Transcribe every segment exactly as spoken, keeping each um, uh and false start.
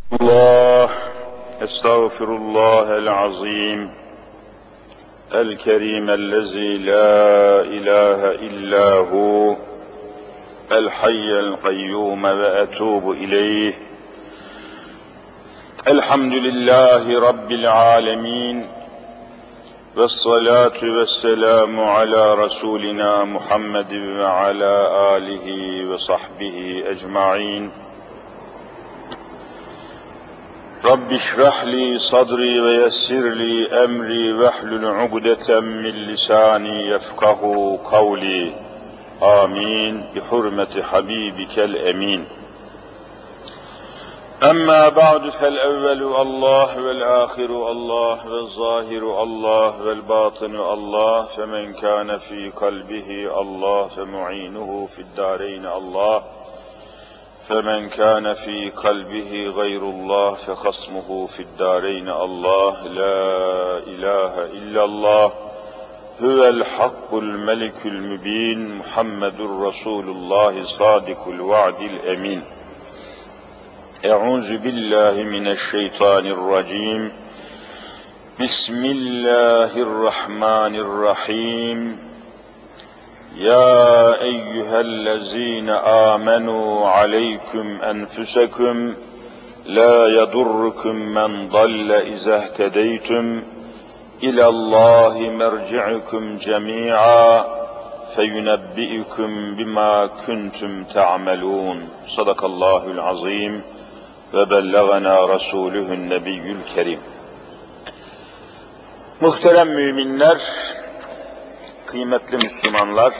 الله استغفر الله العظيم الكريم الذي لا إله إلا هو الحي القيوم وأتوب إليه. الحمد لله رب العالمين والصلاة والسلام على رسولنا محمد وعلى آله وصحبه أجمعين. رب اشرح لي صدري ويسر لي أمري واحلل عقدة من لساني يفقه قولي. آمين بحرمة حبيبك الأمين. أما بعد فالأول الله والآخر الله والظاهر الله والباطن الله، فمن كان في قلبه الله فمعينه في الدارين الله، فمن كان في قلبه غير الله فخصمه في الدارين الله. لا إله إلا الله هو الحق الملك المبين محمد رسول الله صادق الوعد الأمين. أعوذ بالله من الشيطان الرجيم. بسم الله الرحمن الرحيم. يا أيها الذين آمنوا عليكم أنفسكم لا يضركم من ضل إذا اهتديتم إلى الله مرجعكم جميعا فينبئكم بما كنتم تعملون. صدق الله العظيم وبلغنا رسوله النبي الكريم. Muhterem müminler, kıymetli Müslümanlar,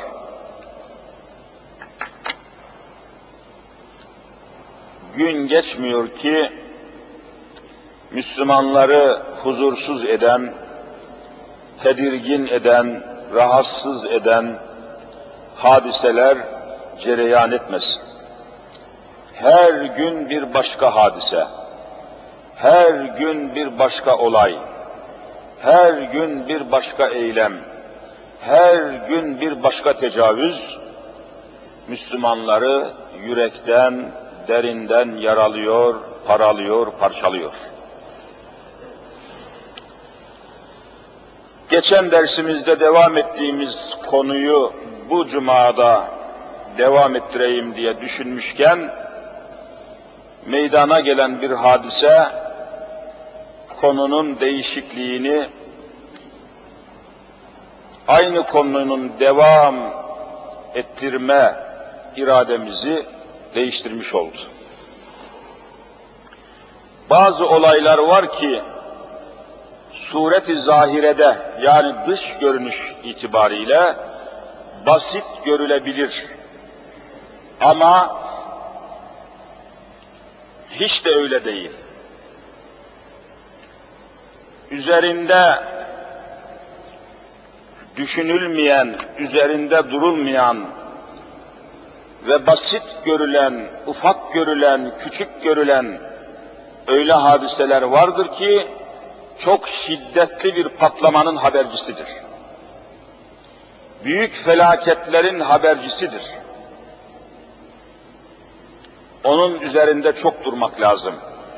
gün geçmiyor ki Müslümanları huzursuz eden, tedirgin eden, rahatsız eden hadiseler cereyan etmesin. Her gün bir başka hadise, her gün bir başka olay, her gün bir başka eylem, her gün bir başka tecavüz, Müslümanları yürekten, derinden yaralıyor, paralıyor, parçalıyor. Geçen dersimizde devam ettiğimiz konuyu bu cumada devam ettireyim diye düşünmüşken, meydana gelen bir hadise, konunun değişikliğini, aynı konunun devam ettirme irademizi değiştirmiş oldu. Bazı olaylar var ki, suret-i zahirede, yani dış görünüş itibariyle basit görülebilir. Ama hiç de öyle değil. Üzerinde düşünülmeyen, üzerinde durulmayan ve basit görülen, ufak görülen, küçük görülen öyle hadiseler vardır ki çok şiddetli bir patlamanın habercisidir. Büyük felaketlerin habercisidir. Onun üzerinde çok durmak lazım.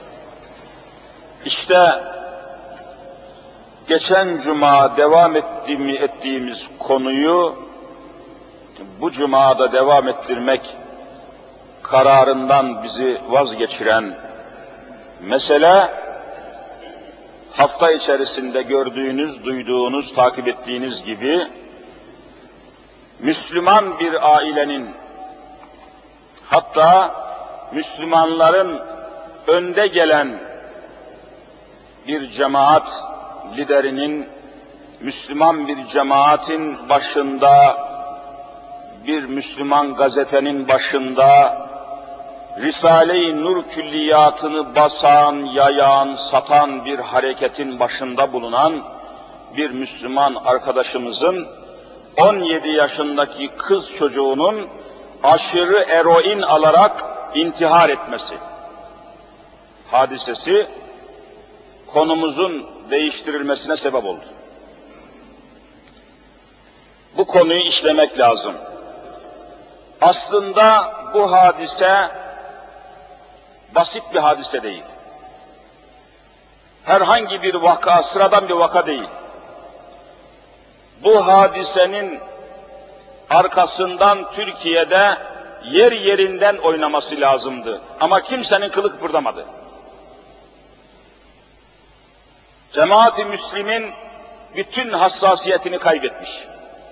İşte geçen cuma devam ettiğimiz konuyu bu cumada devam ettirmek kararından bizi vazgeçiren mesele, hafta içerisinde gördüğünüz, duyduğunuz, takip ettiğiniz gibi Müslüman bir ailenin, hatta Müslümanların önde gelen bir cemaat liderinin, Müslüman bir cemaatin başında, bir Müslüman gazetenin başında, Risale-i Nur külliyatını basan, yayan, satan bir hareketin başında bulunan bir Müslüman arkadaşımızın on yedi yaşındaki kız çocuğunun aşırı eroin alarak intihar etmesi hadisesi konumuzun değiştirilmesine sebep oldu. Bu konuyu işlemek lazım. Aslında bu hadise basit bir hadise değil. herhangi bir vaka, sıradan bir vaka değil. Bu hadisenin arkasından Türkiye'de yer yerinden oynaması lazımdı. Ama kimsenin kılı kıpırdamadı. Cemaat-i Müslim'in bütün hassasiyetini kaybetmiş.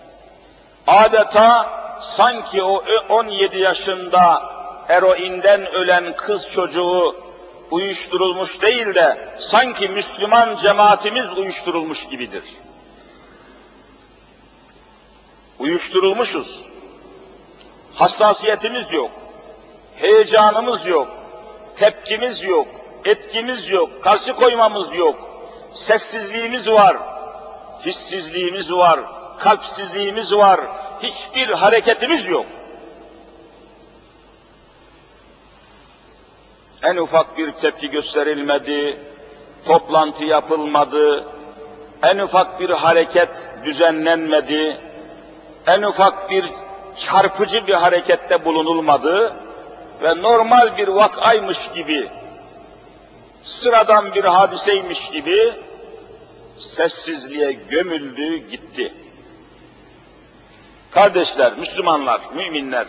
Adeta sanki o on yedi yaşında eroinden ölen kız çocuğu uyuşturulmuş değil de sanki Müslüman cemaatimiz uyuşturulmuş gibidir. Uyuşturulmuşuz. Hassasiyetimiz yok. Heyecanımız yok. Tepkimiz yok. Etkimiz yok. Karşı koymamız yok. Sessizliğimiz var. Hissizliğimiz var. Kalpsizliğimiz var. Hiçbir hareketimiz yok. En ufak bir tepki gösterilmedi, toplantı yapılmadı, en ufak bir hareket düzenlenmedi, en ufak bir çarpıcı bir harekette bulunulmadı ve normal bir vakaymış gibi, sıradan bir hadiseymiş gibi sessizliğe gömüldü gitti. Kardeşler, Müslümanlar, müminler,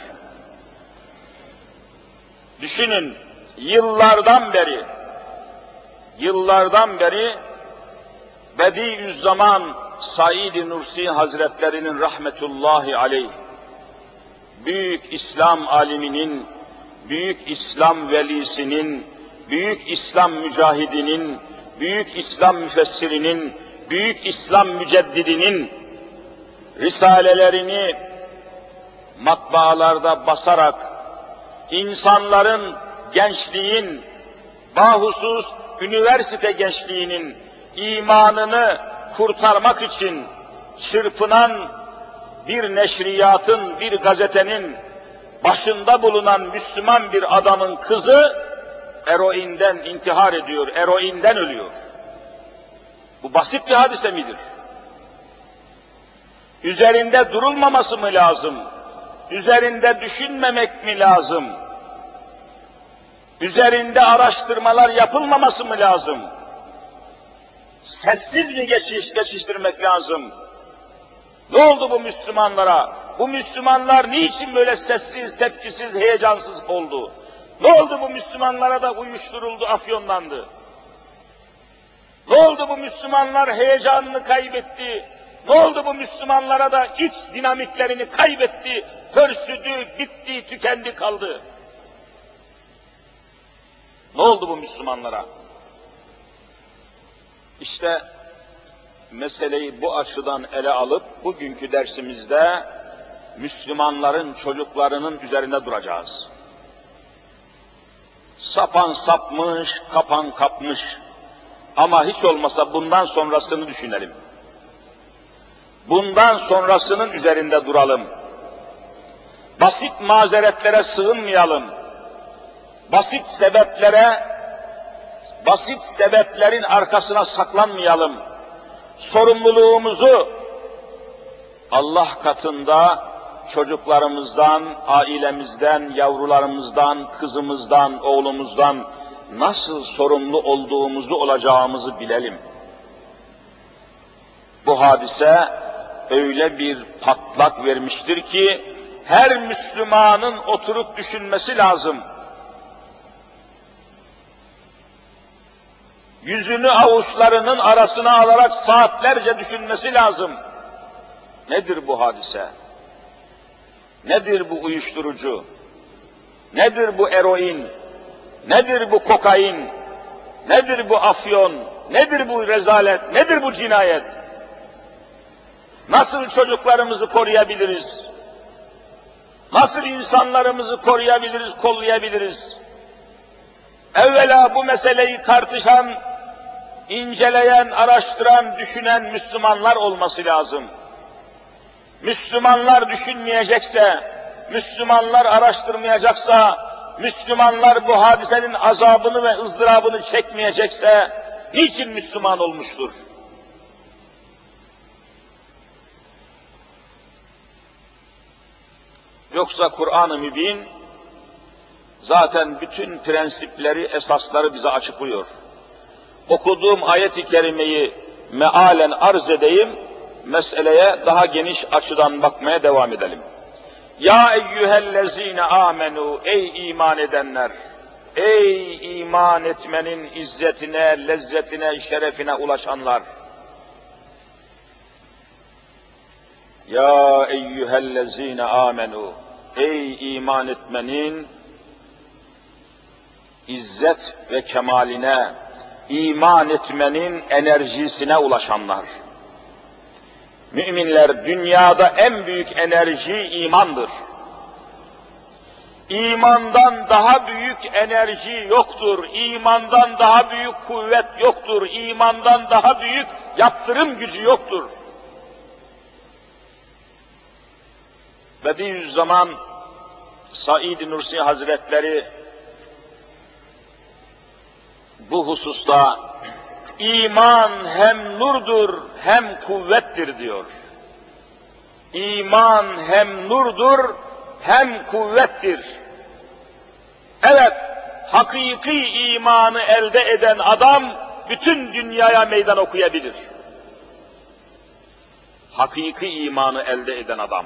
düşünün, yıllardan beri, yıllardan beri Bediüzzaman Said-i Nursi Hazretlerinin rahmetullahi aleyh, büyük İslam aliminin, büyük İslam velisinin, büyük İslam mücahidinin, büyük İslam müfessirinin, büyük İslam müceddidinin risalelerini matbaalarda basarak insanların, gençliğin, bahusus üniversite gençliğinin imanını kurtarmak için çırpınan bir neşriyatın, bir gazetenin başında bulunan Müslüman bir adamın kızı eroinden intihar ediyor, eroinden ölüyor. Bu basit bir hadise midir? Üzerinde durulmaması mı lazım? Üzerinde düşünmemek mi lazım? Üzerinde araştırmalar yapılmaması mı lazım? Sessiz mi geçiş, geçiştirmek lazım? Ne oldu bu Müslümanlara? Bu Müslümanlar niçin böyle sessiz, tepkisiz, heyecansız oldu? Ne oldu bu Müslümanlara da uyuşturuldu, afyonlandı? Ne oldu bu Müslümanlar heyecanını kaybetti? Ne oldu bu Müslümanlara da iç dinamiklerini kaybetti, pörsüdü, bitti, tükendi, kaldı? Ne oldu bu Müslümanlara? İşte meseleyi bu açıdan ele alıp bugünkü dersimizde Müslümanların çocuklarının üzerinde duracağız. Sapan sapmış, kapan kapmış. Ama hiç olmasa bundan sonrasını düşünelim. Bundan sonrasının üzerinde duralım. Basit mazeretlere sığınmayalım. Basit sebeplere, basit sebeplerin arkasına saklanmayalım. Sorumluluğumuzu Allah katında çocuklarımızdan, ailemizden, yavrularımızdan, kızımızdan, oğlumuzdan nasıl sorumlu olduğumuzu, olacağımızı bilelim. Bu hadise öyle bir patlak vermiştir ki her Müslümanın oturup düşünmesi lazım. Yüzünü avuçlarının arasına alarak saatlerce düşünmesi lazım. Nedir bu hadise? Nedir bu uyuşturucu? Nedir bu eroin? Nedir bu kokain? Nedir bu afyon? Nedir bu rezalet? Nedir bu cinayet? Nasıl çocuklarımızı koruyabiliriz? Nasıl insanlarımızı koruyabiliriz, kollayabiliriz? Evvela bu meseleyi tartışan, inceleyen, araştıran, düşünen Müslümanlar olması lazım. Müslümanlar düşünmeyecekse, Müslümanlar araştırmayacaksa, Müslümanlar bu hadisenin azabını ve ızdırabını çekmeyecekse, niçin Müslüman olmuştur? Yoksa Kur'an-ı Mübin zaten bütün prensipleri, esasları bize açıklıyor. okuduğum ayet-i kerimeyi mealen arz edeyim, meseleye daha geniş açıdan bakmaya devam edelim. Ya eyyühellezine amenu, ey iman edenler, ey iman etmenin izzetine, lezzetine, şerefine ulaşanlar. Ya eyyühellezine amenu, ey iman etmenin izzet ve kemaline, iman etmenin enerjisine ulaşanlar. Müminler, dünyada en büyük enerji imandır. İmandan daha büyük enerji yoktur. İmandan daha büyük kuvvet yoktur. İmandan daha büyük yaptırım gücü yoktur. Bediüzzaman Said Nursi Hazretleri bu hususta iman hem nurdur hem kuvvettir diyor. İman hem nurdur hem kuvvettir. Evet, hakiki imanı elde eden adam bütün dünyaya meydan okuyabilir. Hakiki imanı elde eden adam.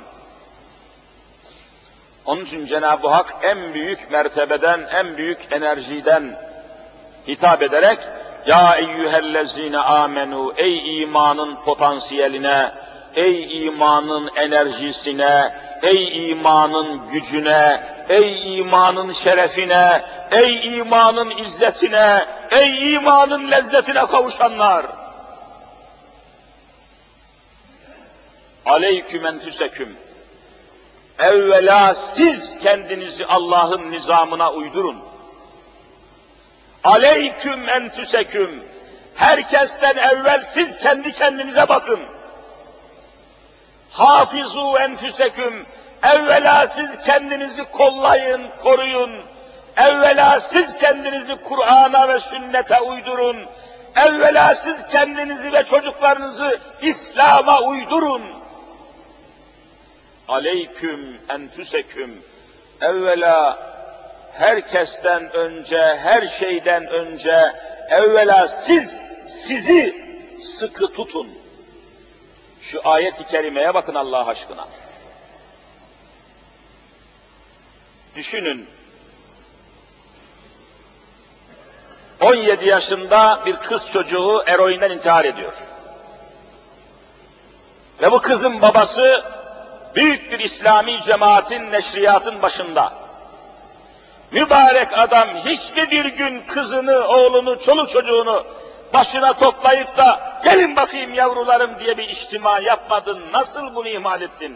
Onun için Cenab-ı Hak en büyük mertebeden, en büyük enerjiden hitap ederek ya eyyühellezine amenu, ey imanın potansiyeline, ey imanın enerjisine, ey imanın gücüne, ey imanın şerefine, ey imanın izzetine, ey imanın lezzetine kavuşanlar. Aleyküm enfüseküm. Evvela siz kendinizi Allah'ın nizamına uydurun. Aleyküm enfüseküm. Herkesten evvel siz kendi kendinize bakın. Hafizu enfüseküm. Evvela siz kendinizi kollayın, koruyun. Evvela siz kendinizi Kur'an'a ve sünnete uydurun. Evvela siz kendinizi ve çocuklarınızı İslam'a uydurun. Aleyküm enfüseküm. Evvela herkesten önce, her şeyden önce, evvela siz, sizi sıkı tutun. Şu ayet-i kerimeye bakın Allah aşkına. Düşünün, on yedi yaşında bir kız çocuğu eroinden intihar ediyor. Ve bu kızın babası büyük bir İslami cemaatin, neşriyatın başında. Mübarek adam hiçbir bir gün kızını, oğlunu, çoluk çocuğunu başına toplayıp da gelin bakayım yavrularım diye bir içtima yapmadın, nasıl bunu ihmal ettin?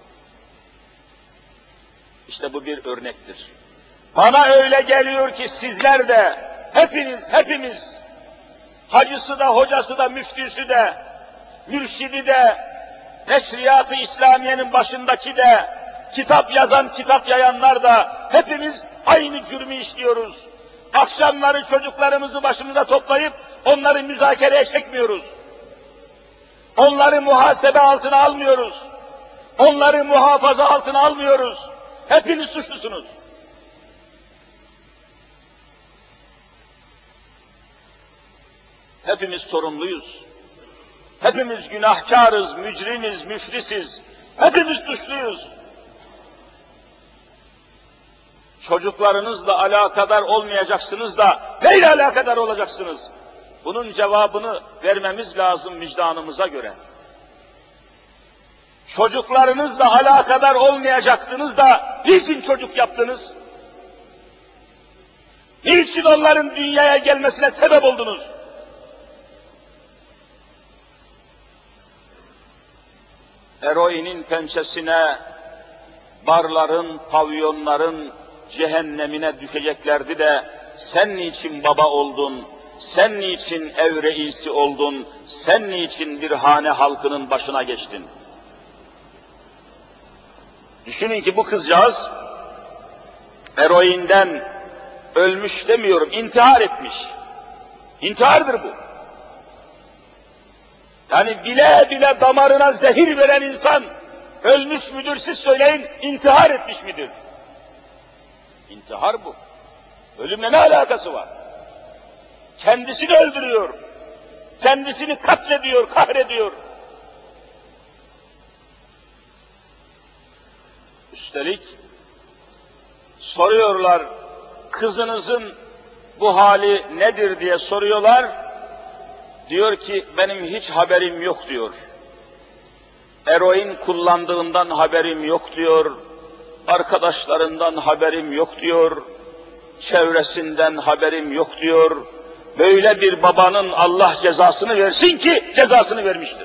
İşte bu bir örnektir. Bana öyle geliyor ki sizler de, hepiniz, hepimiz, hacısı da, hocası da, müftüsü de, mürşidi de, Neşriyat-ı İslamiye'nin başındaki de, kitap yazan, kitap yayanlar da, hepimiz aynı cürmü işliyoruz. Akşamları çocuklarımızı başımıza toplayıp, onları müzakereye çekmiyoruz. Onları muhasebe altına almıyoruz. Onları muhafaza altına almıyoruz. Hepiniz suçlusunuz. Hepimiz sorumluyuz. Hepimiz günahkarız, mücrimiz, müflisiz. Hepimiz suçluyuz. Çocuklarınızla alakadar olmayacaksınız da neyle alakadar olacaksınız? Bunun cevabını vermemiz lazım vicdanımıza göre. Çocuklarınızla alakadar olmayacaktınız da niçin çocuk yaptınız? Niçin onların dünyaya gelmesine sebep oldunuz? Eroinin pençesine, barların, pavyonların cehennemine düşeceklerdi de sen niçin baba oldun, sen niçin ev reisi oldun, sen niçin bir hane halkının başına geçtin? Düşünün ki bu kızcağız eroinden ölmüş demiyorum, intihar etmiş. İntihardır bu. Yani bile bile damarına zehir veren insan ölmüş müdür, siz söyleyin, intihar etmiş midir? İntihar bu. Ölümle ne alakası var? Kendisini öldürüyor. Kendisini katlediyor, kahrediyor. Üstelik soruyorlar, kızınızın bu hali nedir diye soruyorlar. Diyor ki benim hiç haberim yok diyor. Eroin kullandığından haberim yok diyor. Arkadaşlarından haberim yok diyor. Çevresinden haberim yok diyor. Böyle bir babanın Allah cezasını versin ki cezasını vermiştir.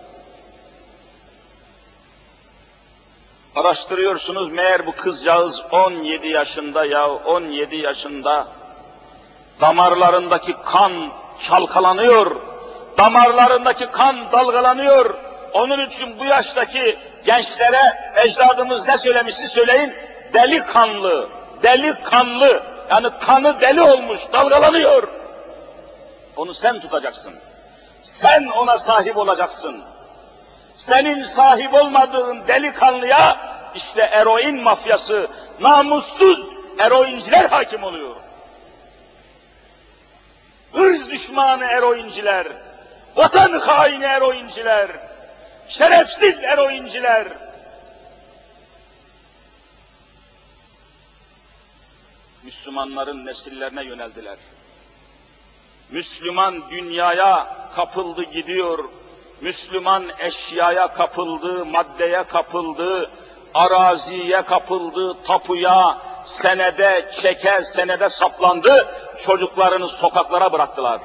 Araştırıyorsunuz, meğer bu kızcağız on yedi yaşında, ya on yedi yaşında, damarlarındaki kan çalkalanıyor, damarlarındaki kan dalgalanıyor. Onun için bu yaştaki gençlere ecdadımız ne söylemişti söyleyin? Delikanlı, delikanlı, yani kanı deli olmuş, dalgalanıyor. Onu sen tutacaksın. Sen ona sahip olacaksın. Senin sahip olmadığın delikanlıya işte eroin mafyası, namussuz eroinciler hakim oluyor. Hırz düşmanı eroinciler, vatan haini eroinciler, şerefsiz eroinciler. Müslümanların nesillerine yöneldiler. Müslüman dünyaya kapıldı gidiyor. Müslüman eşyaya kapıldı, maddeye kapıldı, araziye kapıldı, tapuya, senede, çeke, senede saplandı, çocuklarını sokaklara bıraktılar.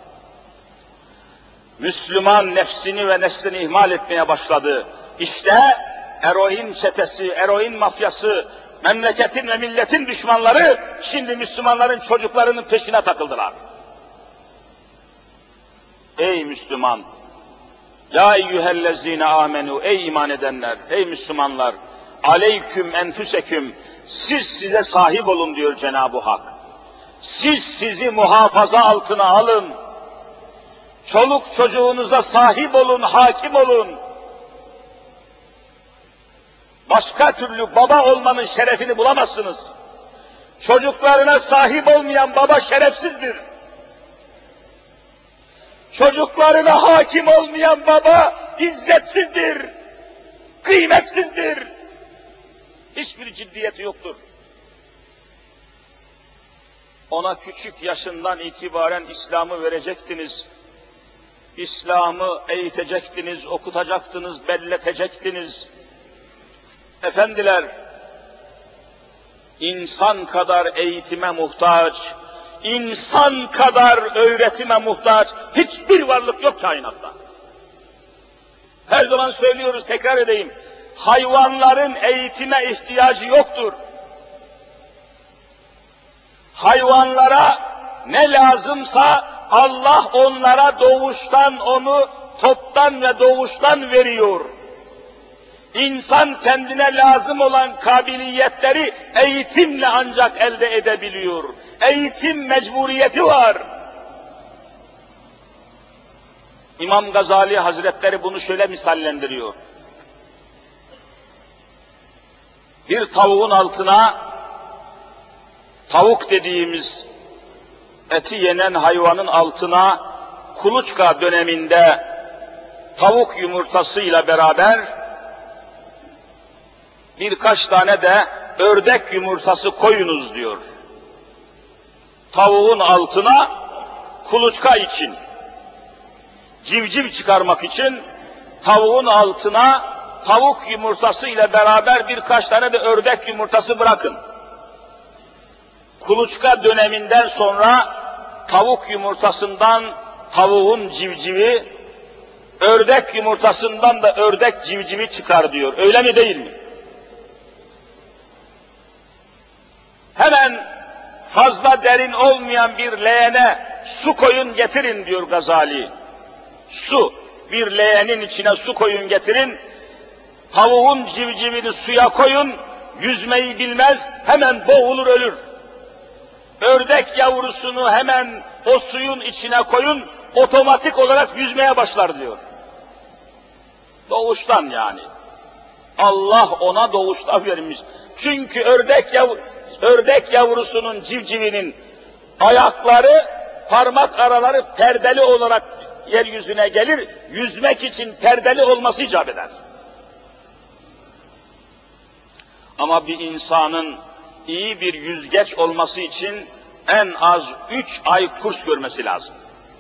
Müslüman nefsini ve neslini ihmal etmeye başladı. İşte eroin çetesi, eroin mafyası, memleketin ve milletin düşmanları şimdi Müslümanların çocuklarının peşine takıldılar. Ey Müslüman! Ya eyyühellezine amenu, ey iman edenler, ey Müslümanlar, aleyküm enfüseküm, siz size sahip olun diyor Cenab-ı Hak. Siz sizi muhafaza altına alın, çoluk çocuğunuza sahip olun, hakim olun. Başka türlü baba olmanın şerefini bulamazsınız. Çocuklarına sahip olmayan baba şerefsizdir. Çocuklarına hakim olmayan baba izzetsizdir, kıymetsizdir. Hiçbir ciddiyeti yoktur. Ona küçük yaşından itibaren İslam'ı verecektiniz. İslam'ı eğitecektiniz, okutacaktınız, belletecektiniz. Efendiler, insan kadar eğitime muhtaç, İnsan kadar öğretime muhtaç hiçbir varlık yok kainatta. Her zaman söylüyoruz, tekrar edeyim. Hayvanların eğitime ihtiyacı yoktur. Hayvanlara ne lazımsa Allah onlara doğuştan onu toptan ve doğuştan veriyor. İnsan kendine lazım olan kabiliyetleri eğitimle ancak elde edebiliyor. Eğitim mecburiyeti var. İmam Gazali Hazretleri bunu şöyle misallendiriyor. Bir tavuğun altına, tavuk dediğimiz eti yenen hayvanın altına kuluçka döneminde tavuk yumurtasıyla beraber birkaç tane de ördek yumurtası koyunuz diyor. Tavuğun altına kuluçka için, civciv çıkarmak için tavuğun altına tavuk yumurtası ile beraber birkaç tane de ördek yumurtası bırakın. Kuluçka döneminden sonra tavuk yumurtasından tavuğun civcivi, ördek yumurtasından da ördek civcivi çıkar diyor. Öyle mi değil mi? Hemen fazla derin olmayan bir leğene su koyun getirin diyor Gazali. Su, bir leğenin içine su koyun getirin, tavuğun civcivini suya koyun, yüzmeyi bilmez, hemen boğulur ölür. Ördek yavrusunu hemen o suyun içine koyun, otomatik olarak yüzmeye başlar diyor. Doğuştan yani. Allah ona doğuştan vermiş. Çünkü ördek yav ördek yavrusunun, civcivinin ayakları parmak araları perdeli olarak yeryüzüne gelir, yüzmek için perdeli olması icap eder. Ama bir insanın iyi bir yüzgeç olması için en az üç ay kurs görmesi lazım.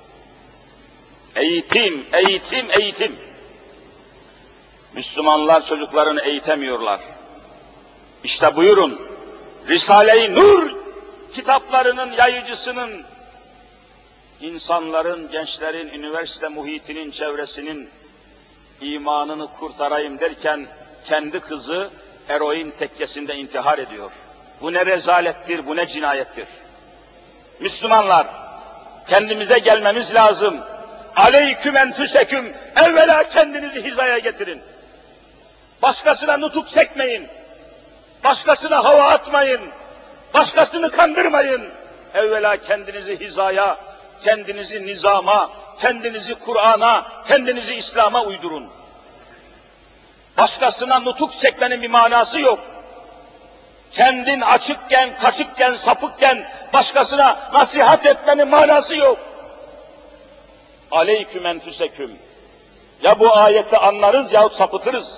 Eğitim, eğitim, eğitim. Müslümanlar çocuklarını eğitemiyorlar. İşte buyurun, Risale-i Nur kitaplarının yayıcısının, insanların, gençlerin, üniversite muhitinin, çevresinin imanını kurtarayım derken kendi kızı eroin tekkesinde intihar ediyor. Bu ne rezalettir, bu ne cinayettir. Müslümanlar, kendimize gelmemiz lazım. Aleyküm enfüseküm, evvela kendinizi hizaya getirin. Başkasına nutuk çekmeyin. Başkasına hava atmayın. Başkasını kandırmayın. Evvela kendinizi hizaya, kendinizi nizama, kendinizi Kur'an'a, kendinizi İslam'a uydurun. Başkasına nutuk çekmenin bir manası yok. Kendin açıkken, kaçıkken, sapıkken başkasına nasihat etmenin manası yok. Aleyküm enfüseküm. Ya bu ayeti anlarız yahut sapıtırız.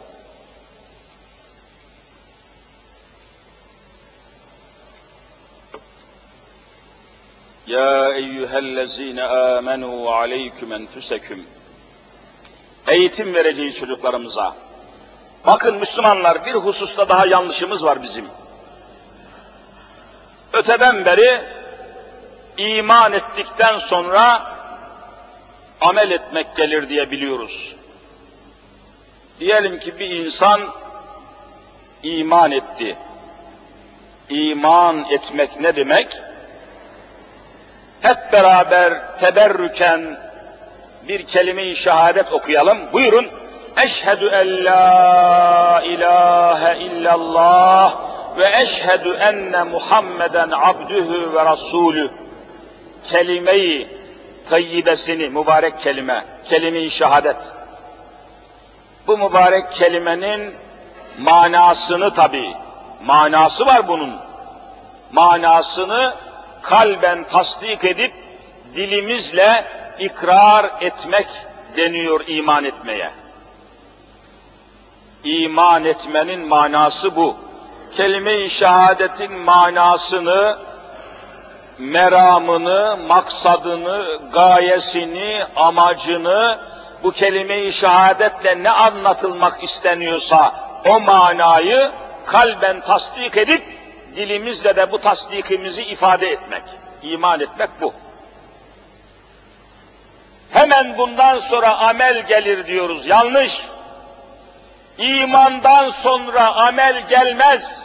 Ya eyyühellezine amenu aleyküm enfüseküm. Eğitim vereceğiz çocuklarımıza. Bakın Müslümanlar, bir hususta daha yanlışımız var bizim. Öteden beri iman ettikten sonra amel etmek gelir diye biliyoruz. Diyelim ki bir insan iman etti. İman etmek ne demek? Hep beraber teberrüken bir kelime-i şehadet okuyalım. Buyurun. Eşhedü en la ilahe illallah ve eşhedü enne Muhammeden abdühü ve rasulü. Kelime-i tayyibesini, mübarek kelime, kelime-i şehadet. Bu mübarek kelimenin manasını tabii, manası var bunun. Manasını kalben tasdik edip dilimizle ikrar etmek deniyor iman etmeye. İman etmenin manası bu. Kelime-i şehadetin manasını, meramını, maksadını, gayesini, amacını, bu kelime-i şehadetle ne anlatılmak isteniyorsa o manayı kalben tasdik edip dilimizle de bu tasdikimizi ifade etmek. İman etmek bu. Hemen bundan sonra amel gelir diyoruz. Yanlış. İmandan sonra amel gelmez.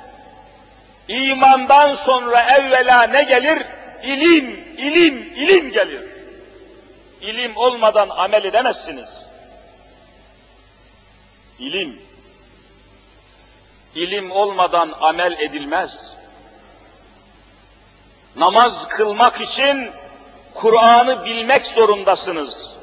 İmandan sonra evvela ne gelir? İlim, ilim, ilim gelir. İlim olmadan amel edemezsiniz. İlim. İlim olmadan amel edilmez. Namaz kılmak için Kur'an'ı bilmek zorundasınız.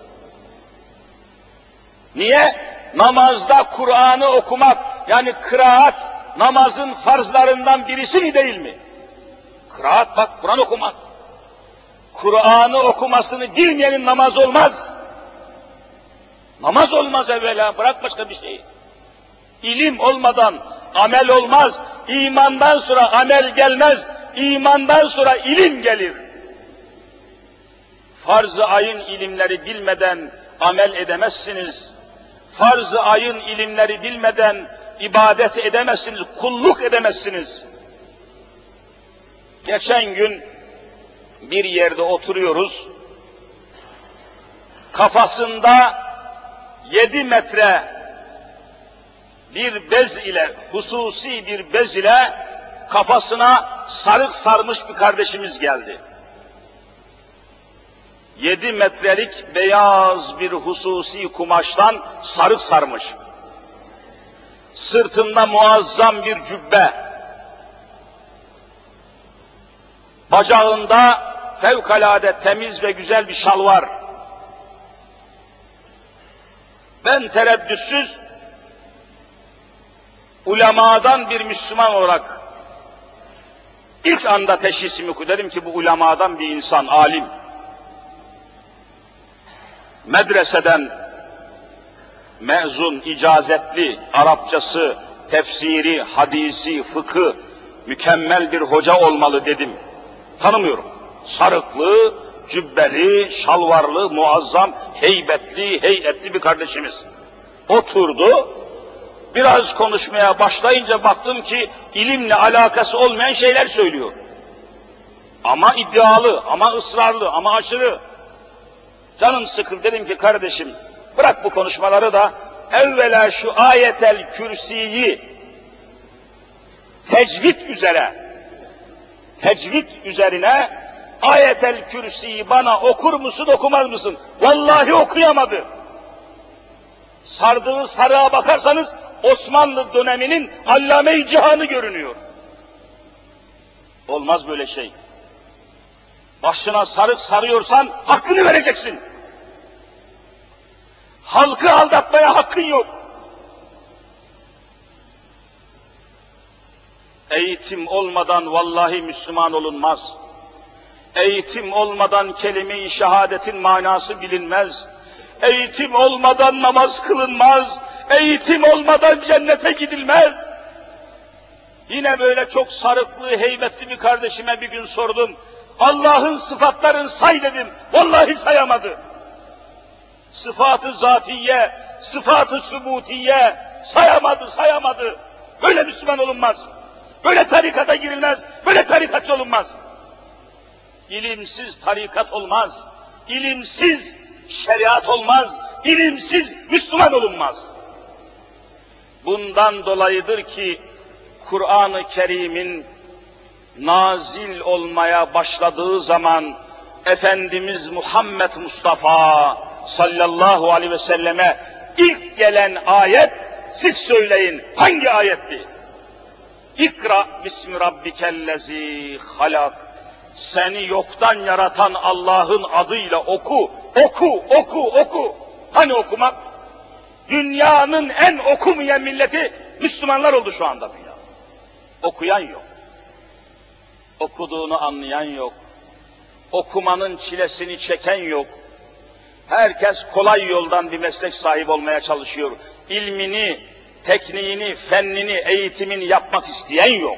Niye? Namazda Kur'an'ı okumak, yani kıraat, namazın farzlarından birisi mi değil mi? Kıraat bak, Kur'an okumak. Kur'an'ı okumasını bilmeyenin namaz olmaz. Namaz olmaz evvela, bırak başka bir şey. İlim olmadan amel olmaz. İmandan sonra amel gelmez. İmandan sonra ilim gelir. Farz-ı ayın ilimleri bilmeden amel edemezsiniz. Farz-ı ayın ilimleri bilmeden ibadet edemezsiniz, kulluk edemezsiniz. Geçen gün bir yerde oturuyoruz. Kafasında yedi metre bir bez ile, hususi bir bez ile kafasına sarık sarmış bir kardeşimiz geldi. Yedi metrelik beyaz bir hususi kumaştan sarık sarmış. Sırtında muazzam bir cübbe. Bacağında fevkalade temiz ve güzel bir şal var. Ben tereddütsüz, ulemadan bir Müslüman olarak İlk anda teşhisimi koyarım ki bu ulemadan bir insan, alim. Medreseden mezun, icazetli, Arapçası, tefsiri, hadisi, fıkı, mükemmel bir hoca olmalı dedim. Tanımıyorum. Sarıklı, cübbeli, şalvarlı, muazzam, heybetli, heyetli bir kardeşimiz. Oturdu, biraz konuşmaya başlayınca baktım ki ilimle alakası olmayan şeyler söylüyor. Ama iddialı, ama ısrarlı, ama aşırı. Canım sıkıldı, dedim ki kardeşim bırak bu konuşmaları da evvela şu ayetel kürsiyi tecvid üzere, tecvid üzerine ayetel kürsiyi bana okur musun, okumaz mısın? Vallahi okuyamadı. Sardığı sarığa bakarsanız Osmanlı döneminin allame-i cihanı görünüyor. Olmaz böyle şey. Başına sarık sarıyorsan hakkını vereceksin. Halkı aldatmaya hakkın yok. Eğitim olmadan vallahi Müslüman olunmaz. Eğitim olmadan kelime-i şehadetin manası bilinmez. Eğitim olmadan namaz kılınmaz. Eğitim olmadan cennete gidilmez. Yine böyle çok sarıklı, heybetli bir kardeşime bir gün sordum. Allah'ın sıfatlarını say dedim. Vallahi sayamadı. Sıfat-ı zatiye, sıfat-ı sübutiye sayamadı, sayamadı. Böyle Müslüman olunmaz. Böyle tarikata girilmez. Böyle tarikatçı olunmaz. İlimsiz tarikat olmaz. İlimsiz şeriat olmaz. İlimsiz Müslüman olunmaz. Bundan dolayıdır ki Kur'an-ı Kerim'in nazil olmaya başladığı zaman Efendimiz Muhammed Mustafa sallallahu aleyhi ve selleme ilk gelen ayet, siz söyleyin hangi ayetti? İkra bismi rabbikellezi halak. Seni yoktan yaratan Allah'ın adıyla oku, oku, oku, oku. Hani okumak? Dünyanın en okumayan milleti Müslümanlar oldu şu anda dünya. Okuyan yok. Okuduğunu anlayan yok. Okumanın çilesini çeken yok. Herkes kolay yoldan bir meslek sahibi olmaya çalışıyor. İlmini, tekniğini, fennini, eğitimini yapmak isteyen yok.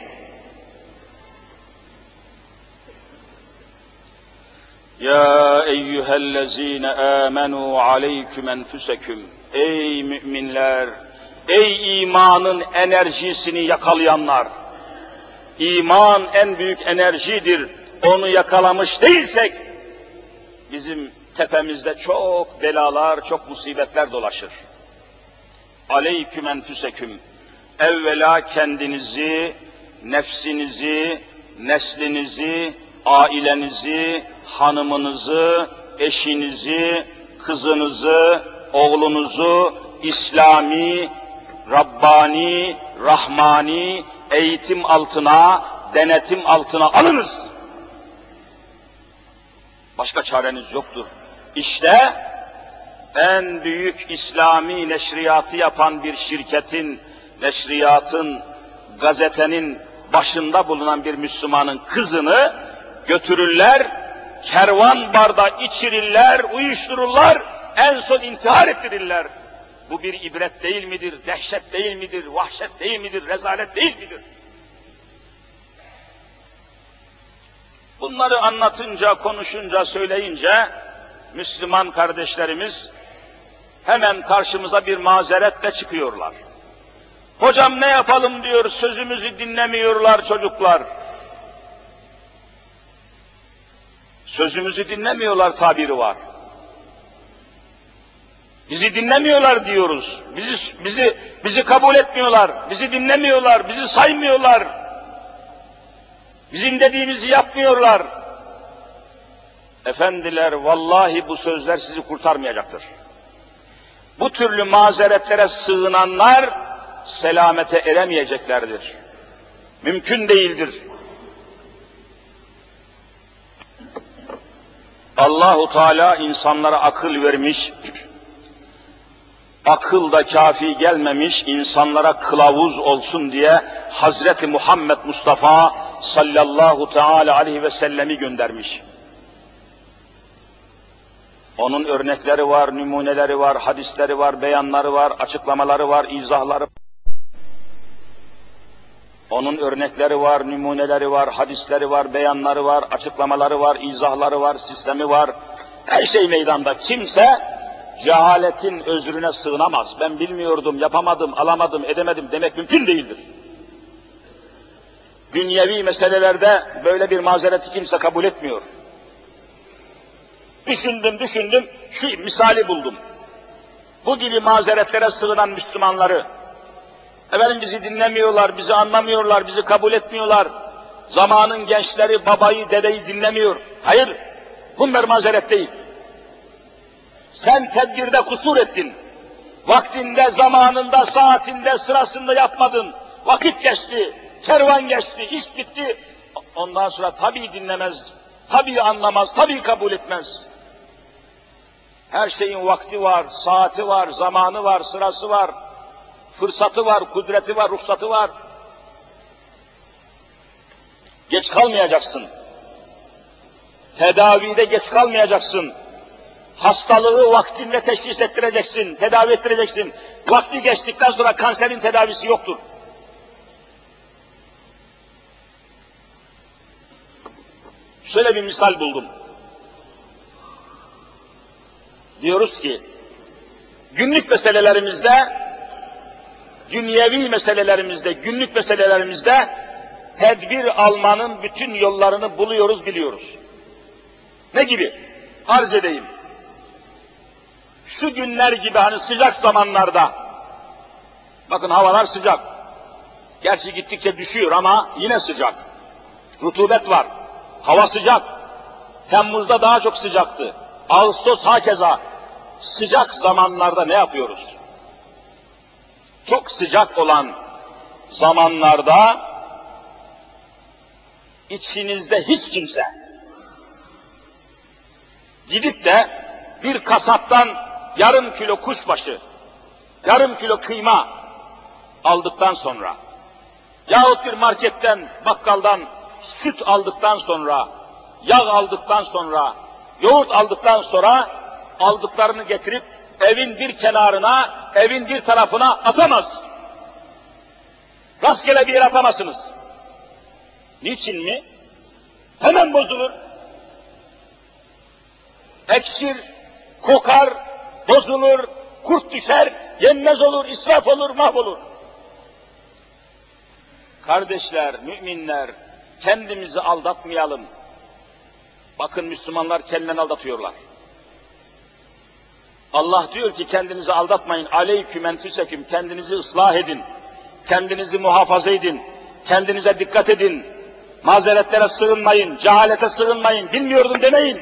Ya eyyühellezine amenu aleyküm enfüseküm. Ey müminler, ey imanın enerjisini yakalayanlar. İman en büyük enerjidir. Onu yakalamış değilsek bizim tepemizde çok belalar, çok musibetler dolaşır. Aleyküm enfüseküm. Evvela kendinizi, nefsinizi, neslinizi, ailenizi, hanımınızı, eşinizi, kızınızı, oğlunuzu İslami, Rabbani, Rahmani eğitim altına, denetim altına alınız. Başka çareniz yoktur. İşte en büyük İslami neşriyatı yapan bir şirketin, neşriyatın, gazetenin başında bulunan bir Müslümanın kızını götürürler, kervan barda içirirler, uyuştururlar, en son intihar ettirirler. Bu bir ibret değil midir, dehşet değil midir, vahşet değil midir, rezalet değil midir? Bunları anlatınca, konuşunca, söyleyince Müslüman kardeşlerimiz hemen karşımıza bir mazeretle çıkıyorlar. Hocam ne yapalım diyor, sözümüzü dinlemiyorlar çocuklar. Sözümüzü dinlemiyorlar tabiri var. Bizi dinlemiyorlar diyoruz. Bizi bizi bizi kabul etmiyorlar. Bizi dinlemiyorlar, bizi saymıyorlar. Bizim dediğimizi yapmıyorlar. Efendiler, vallahi bu sözler sizi kurtarmayacaktır. Bu türlü mazeretlere sığınanlar selamete eremeyeceklerdir. Mümkün değildir. Allahu Teala insanlara akıl vermiş, akıl da kafi gelmemiş, insanlara kılavuz olsun diye Hazreti Muhammed Mustafa sallallahu teala aleyhi ve sellemi göndermiş. Onun örnekleri var, numuneleri var, hadisleri var, beyanları var, açıklamaları var, izahları var. Onun örnekleri var, numuneleri var, hadisleri var, beyanları var, açıklamaları var, izahları var, sistemi var. Her şey meydanda. Kimse cehaletin özrüne sığınamaz. Ben bilmiyordum, yapamadım, alamadım, edemedim demek mümkün değildir. Dünyevi meselelerde böyle bir mazereti kimse kabul etmiyor. Düşündüm, düşündüm, şu misali buldum. Bu gibi mazeretlere sığınan Müslümanları, efendim bizi dinlemiyorlar, bizi anlamıyorlar, bizi kabul etmiyorlar. Zamanın gençleri babayı, dedeyi dinlemiyor. Hayır, bunlar mazeret değil. Sen tedbirde kusur ettin. Vaktinde, zamanında, saatinde, sırasında yapmadın. Vakit geçti, kervan geçti, iş bitti. Ondan sonra tabii dinlemez, tabii anlamaz, tabii kabul etmez. Her şeyin vakti var, saati var, zamanı var, sırası var, fırsatı var, kudreti var, ruhsatı var. Geç kalmayacaksın. Tedavide geç kalmayacaksın. Hastalığı vaktinde teşhis ettireceksin, tedavi ettireceksin. Vakti geçtikten sonra kanserin tedavisi yoktur. Şöyle bir misal buldum. Diyoruz ki, günlük meselelerimizde, dünyevi meselelerimizde, günlük meselelerimizde tedbir almanın bütün yollarını buluyoruz, biliyoruz. Ne gibi? Arz edeyim. Şu günler gibi hani sıcak zamanlarda, bakın havalar sıcak. Gerçi gittikçe düşüyor ama yine sıcak. Rutubet var. Hava sıcak. Temmuz'da daha çok sıcaktı. Ağustos hakeza. Sıcak zamanlarda ne yapıyoruz? Çok sıcak olan zamanlarda içinizde hiç kimse gidip de bir kasaptan yarım kilo kuşbaşı, yarım kilo kıyma aldıktan sonra yahut bir marketten, bakkaldan süt aldıktan sonra, yağ aldıktan sonra, yoğurt aldıktan sonra aldıklarını getirip evin bir kenarına, evin bir tarafına atamaz. Rastgele bir yere atamazsınız. Niçin mi? Hemen bozulur. Ekşir, kokar, bozulur, kurt düşer, yenmez olur, israf olur, mahvolur. Kardeşler, müminler, kendimizi aldatmayalım. Bakın Müslümanlar kendilerini aldatıyorlar. Allah diyor ki kendinizi aldatmayın. Aleyküm enfüseküm, kendinizi ıslah edin. Kendinizi muhafaza edin. Kendinize dikkat edin. Mazeretlere sığınmayın, cehalete sığınmayın, bilmiyordum demeyin.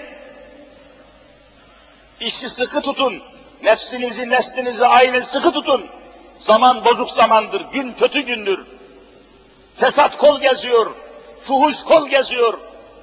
İşi sıkı tutun. Nefsinizi, neslinizi, ailenizi sıkı tutun. Zaman bozuk zamandır, gün kötü gündür. Fesat kol geziyor, fuhuş kol geziyor.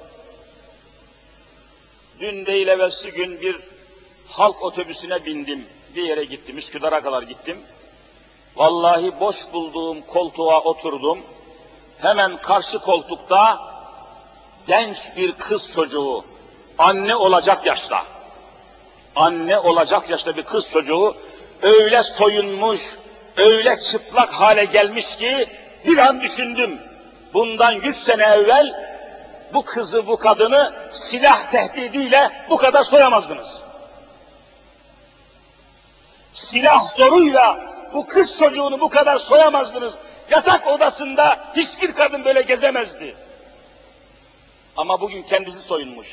Dün değil evvelsi gün bir halk otobüsüne bindim, bir yere gittim, Üsküdar'a kadar gittim. Vallahi boş bulduğum koltuğa oturdum. Hemen karşı koltukta genç bir kız çocuğu, anne olacak yaşta, anne olacak yaşta bir kız çocuğu öyle soyunmuş, öyle çıplak hale gelmiş ki bir an düşündüm. Bundan yüz sene evvel bu kızı, bu kadını silah tehdidiyle bu kadar soyamazdınız. Silah zoruyla bu kız çocuğunu bu kadar soyamazdınız. Yatak odasında hiçbir kadın böyle gezemezdi. Ama bugün kendisi soyunmuş.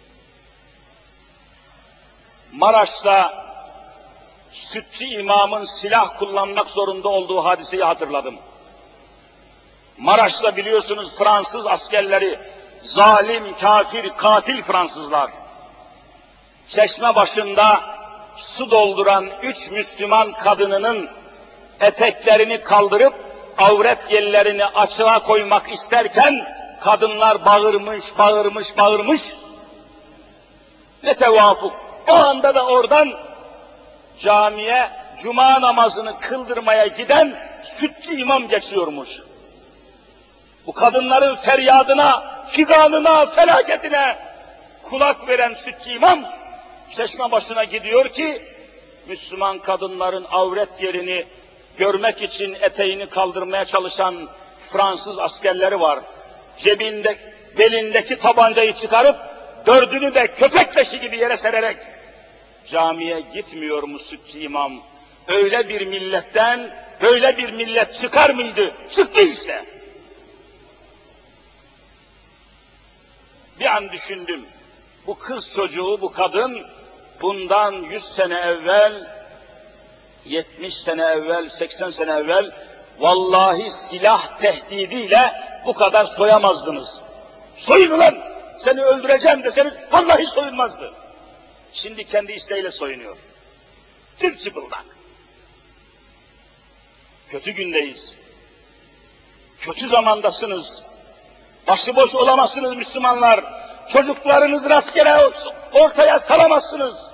Maraş'ta sütçü imamın silah kullanmak zorunda olduğu hadiseyi hatırladım. Maraş'ta biliyorsunuz Fransız askerleri, zalim, kafir, katil Fransızlar. Çeşme başında su dolduran üç Müslüman kadınının eteklerini kaldırıp avret yerlerini açığa koymak isterken kadınlar bağırmış, bağırmış, bağırmış. Ne tevafuk. O anda da oradan camiye cuma namazını kıldırmaya giden sütçü imam geçiyormuş. bu kadınların feryadına, figanına, felaketine kulak veren Sütçü İmam, çeşme başına gidiyor ki, Müslüman kadınların avret yerini görmek için eteğini kaldırmaya çalışan Fransız askerleri var. Cebinde, belindeki tabancayı çıkarıp, dördünü de köpek leşi gibi yere sererek, camiye gitmiyor mu Sütçü İmam? Öyle bir milletten, böyle bir millet çıkar mıydı? Çıktı işte. Bir an düşündüm, bu kız çocuğu, bu kadın, bundan yüz sene evvel, yetmiş sene evvel, seksen sene evvel, vallahi silah tehdidiyle bu kadar soyamazdınız. Soyun ulan! Seni öldüreceğim deseniz, vallahi soyulmazdı. Şimdi kendi isteğiyle soyunuyor. Çırçıpıldak. Kötü gündeyiz. Kötü zamandasınız. Başıboş olamazsınız Müslümanlar. Çocuklarınızı rastgele ortaya salamazsınız.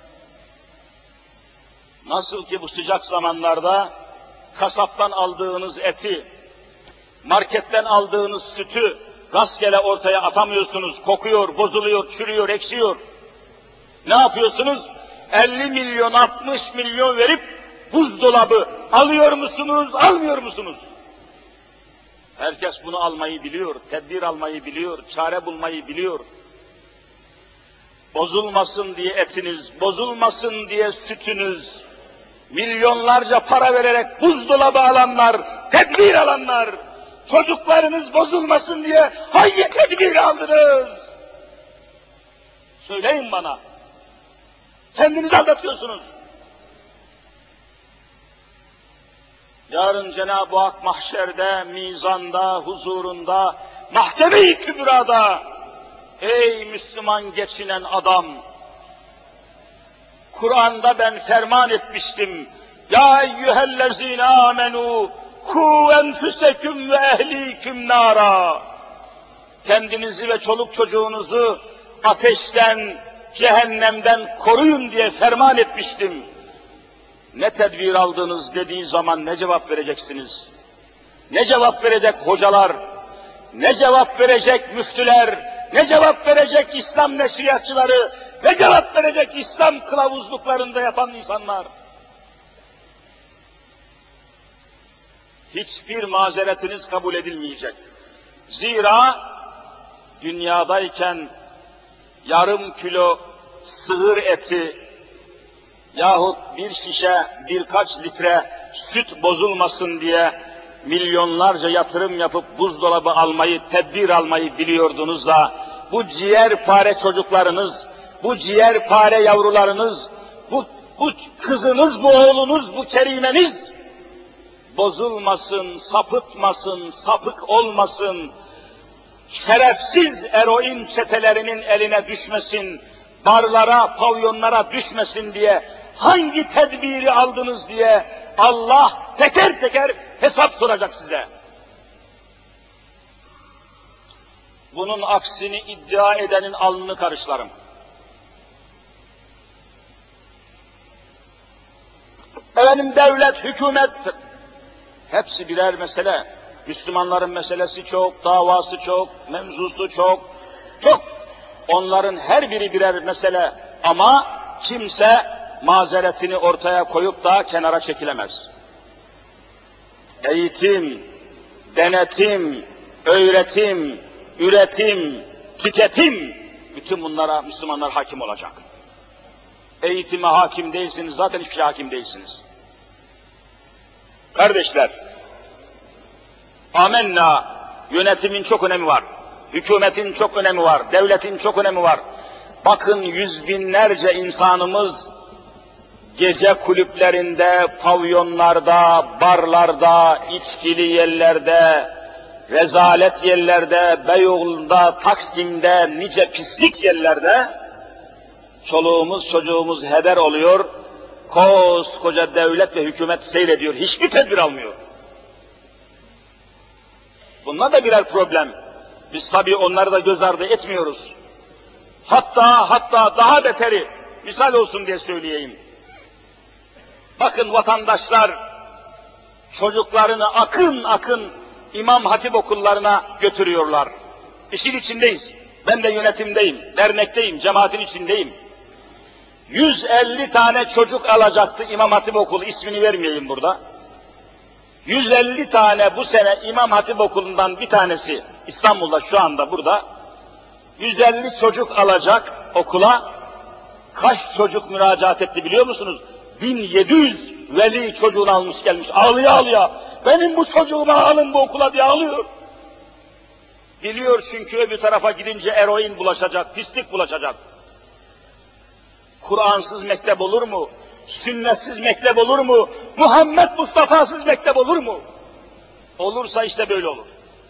Nasıl ki bu sıcak zamanlarda kasaptan aldığınız eti, marketten aldığınız sütü rastgele ortaya atamıyorsunuz. Kokuyor, bozuluyor, çürüyor, eksiyor. Ne yapıyorsunuz? elli milyon, altmış milyon verip buzdolabı alıyor musunuz, almıyor musunuz? Herkes bunu almayı biliyor, tedbir almayı biliyor, çare bulmayı biliyor. Bozulmasın diye etiniz, bozulmasın diye sütünüz, milyonlarca para vererek buzdolabı alanlar, tedbir alanlar, çocuklarınız bozulmasın diye hangi tedbir aldınız? Söyleyin bana. Kendinizi aldatıyorsunuz. Yarın Cenab-ı Hak mahşerde, mizanda, huzurunda, mahkeme-i kübrada, ey Müslüman geçinen adam, Kur'an'da ben ferman etmiştim. Ya eyyühellezine amenu, ku enfüseküm ve ehliküm nara. Kendinizi ve çoluk çocuğunuzu ateşten, cehennemden koruyun diye ferman etmiştim. Ne tedbir aldınız dediği zaman ne cevap vereceksiniz? Ne cevap verecek hocalar? Ne cevap verecek müftüler? Ne cevap verecek İslam neşriyatçıları? Ne cevap verecek İslam kılavuzluklarında yapan insanlar? Hiçbir mazeretiniz kabul edilmeyecek. Zira dünyadayken yarım kilo sığır eti yahut bir şişe, birkaç litre süt bozulmasın diye milyonlarca yatırım yapıp buzdolabı almayı, tedbir almayı biliyordunuz da bu ciğerpare çocuklarınız, bu ciğerpare yavrularınız, bu, bu kızınız, bu oğlunuz, bu kerimeniz bozulmasın, sapıtmasın, sapık olmasın, şerefsiz eroin çetelerinin eline düşmesin, barlara, pavyonlara düşmesin diye hangi tedbiri aldınız diye Allah teker teker hesap soracak size. Bunun aksini iddia edenin alnını karışlarım. Efendim devlet, hükümet, hepsi birer mesele. Müslümanların meselesi çok, davası çok, mevzusu çok, çok. Onların her biri birer mesele ama kimse mazeretini ortaya koyup da kenara çekilemez. Eğitim, denetim, öğretim, üretim, tüketim, bütün bunlara Müslümanlar hakim olacak. Eğitime hakim değilsiniz, zaten hiçbir şey hakim değilsiniz. Kardeşler, amenna, yönetimin çok önemi var. Hükümetin çok önemi var, devletin çok önemi var. Bakın yüz binlerce insanımız gece kulüplerinde, pavyonlarda, barlarda, içkili yerlerde, rezalet yerlerde, Beyoğlu'nda, Taksim'de, nice pislik yerlerde çoluğumuz çocuğumuz heder oluyor, koskoca devlet ve hükümet seyrediyor, hiçbir tedbir almıyor. Bunlar da birer problem. Biz tabii onları da göz ardı etmiyoruz. Hatta hatta daha beteri, misal olsun diye söyleyeyim. Bakın vatandaşlar çocuklarını akın akın İmam Hatip okullarına götürüyorlar. İşin içindeyiz. Ben de yönetimdeyim, dernekteyim, cemaatin içindeyim. yüz elli tane çocuk alacaktı İmam Hatip Okulu, ismini vermeyeyim burada. yüz elli tane bu sene İmam Hatip Okulu'ndan bir tanesi İstanbul'da şu anda burada. yüz elli çocuk alacak okula. Kaç çocuk müracaat etti biliyor musunuz? bin yedi yüz veli çocuğunu almış gelmiş. Ağlıyor ağlıyor. Benim bu çocuğuma alın bu okula diye ağlıyor. Biliyor çünkü öbür tarafa gidince eroin bulaşacak, pislik bulaşacak. Kur'ansız mektep olur mu? Sünnetsiz mektep olur mu? Muhammed Mustafa'sız mektep olur mu? Olursa işte böyle olur.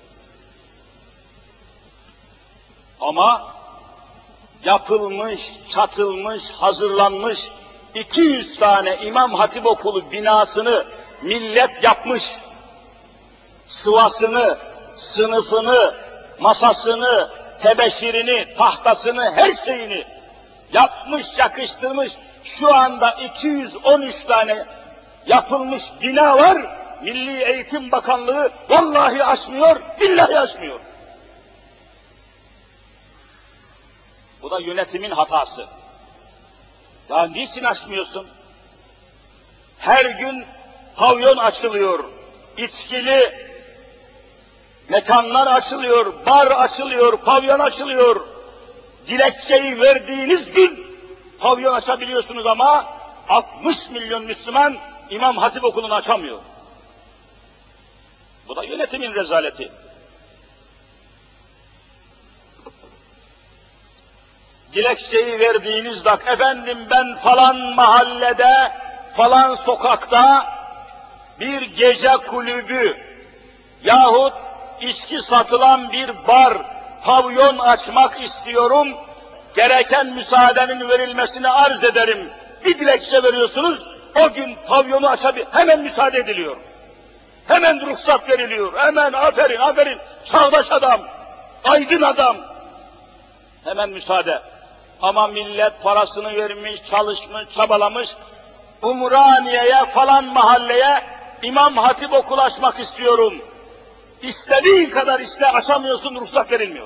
Ama yapılmış, çatılmış, hazırlanmış iki yüz tane İmam Hatip Okulu binasını millet yapmış. Sıvasını, sınıfını, masasını, tebeşirini, tahtasını, her şeyini yapmış, yakıştırmış. Şu anda iki yüz on üç tane yapılmış bina var. Milli Eğitim Bakanlığı vallahi aşmıyor, billahi aşmıyor. Bu da yönetimin hatası. Ya niçin aşmıyorsun? Her gün pavyon açılıyor, içkili mekanlar açılıyor, bar açılıyor, pavyon açılıyor. Dilekçeyi verdiğiniz gün pavyon açabiliyorsunuz ama altmış milyon Müslüman İmam Hatip Okulu'nu açamıyor. Bu da yönetimin rezaleti. Dilekçeyi verdiğiniz dakika, efendim ben falan mahallede, falan sokakta bir gece kulübü yahut içki satılan bir bar, pavyon açmak istiyorum, gereken müsaadenin verilmesini arz ederim. Bir dilekçe veriyorsunuz, o gün pavyonu açabilir, hemen müsaade ediliyor. Hemen ruhsat veriliyor, hemen aferin, aferin, çağdaş adam, aydın adam. Hemen müsaade. Ama millet parasını vermiş, çalışmış, çabalamış, Umraniye'ye falan mahalleye İmam Hatip Okulu açmak istiyorum. İstediğin kadar iste, açamıyorsun, ruhsat verilmiyor.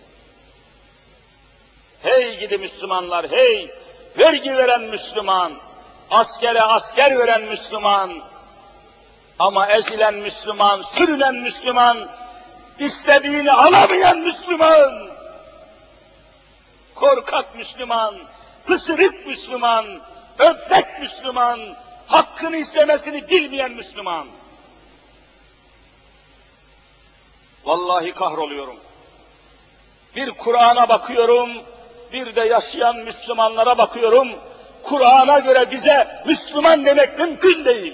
Hey gidi Müslümanlar, hey! Vergi veren Müslüman, askere asker veren Müslüman, ama ezilen Müslüman, sürülen Müslüman, istediğini alamayan Müslüman, korkak Müslüman, pısırık Müslüman, ördek Müslüman, hakkını istemesini bilmeyen Müslüman. Vallahi kahroluyorum. Bir Kur'an'a bakıyorum, bir de yaşayan Müslümanlara bakıyorum. Kur'an'a göre bize Müslüman demek mümkün değil.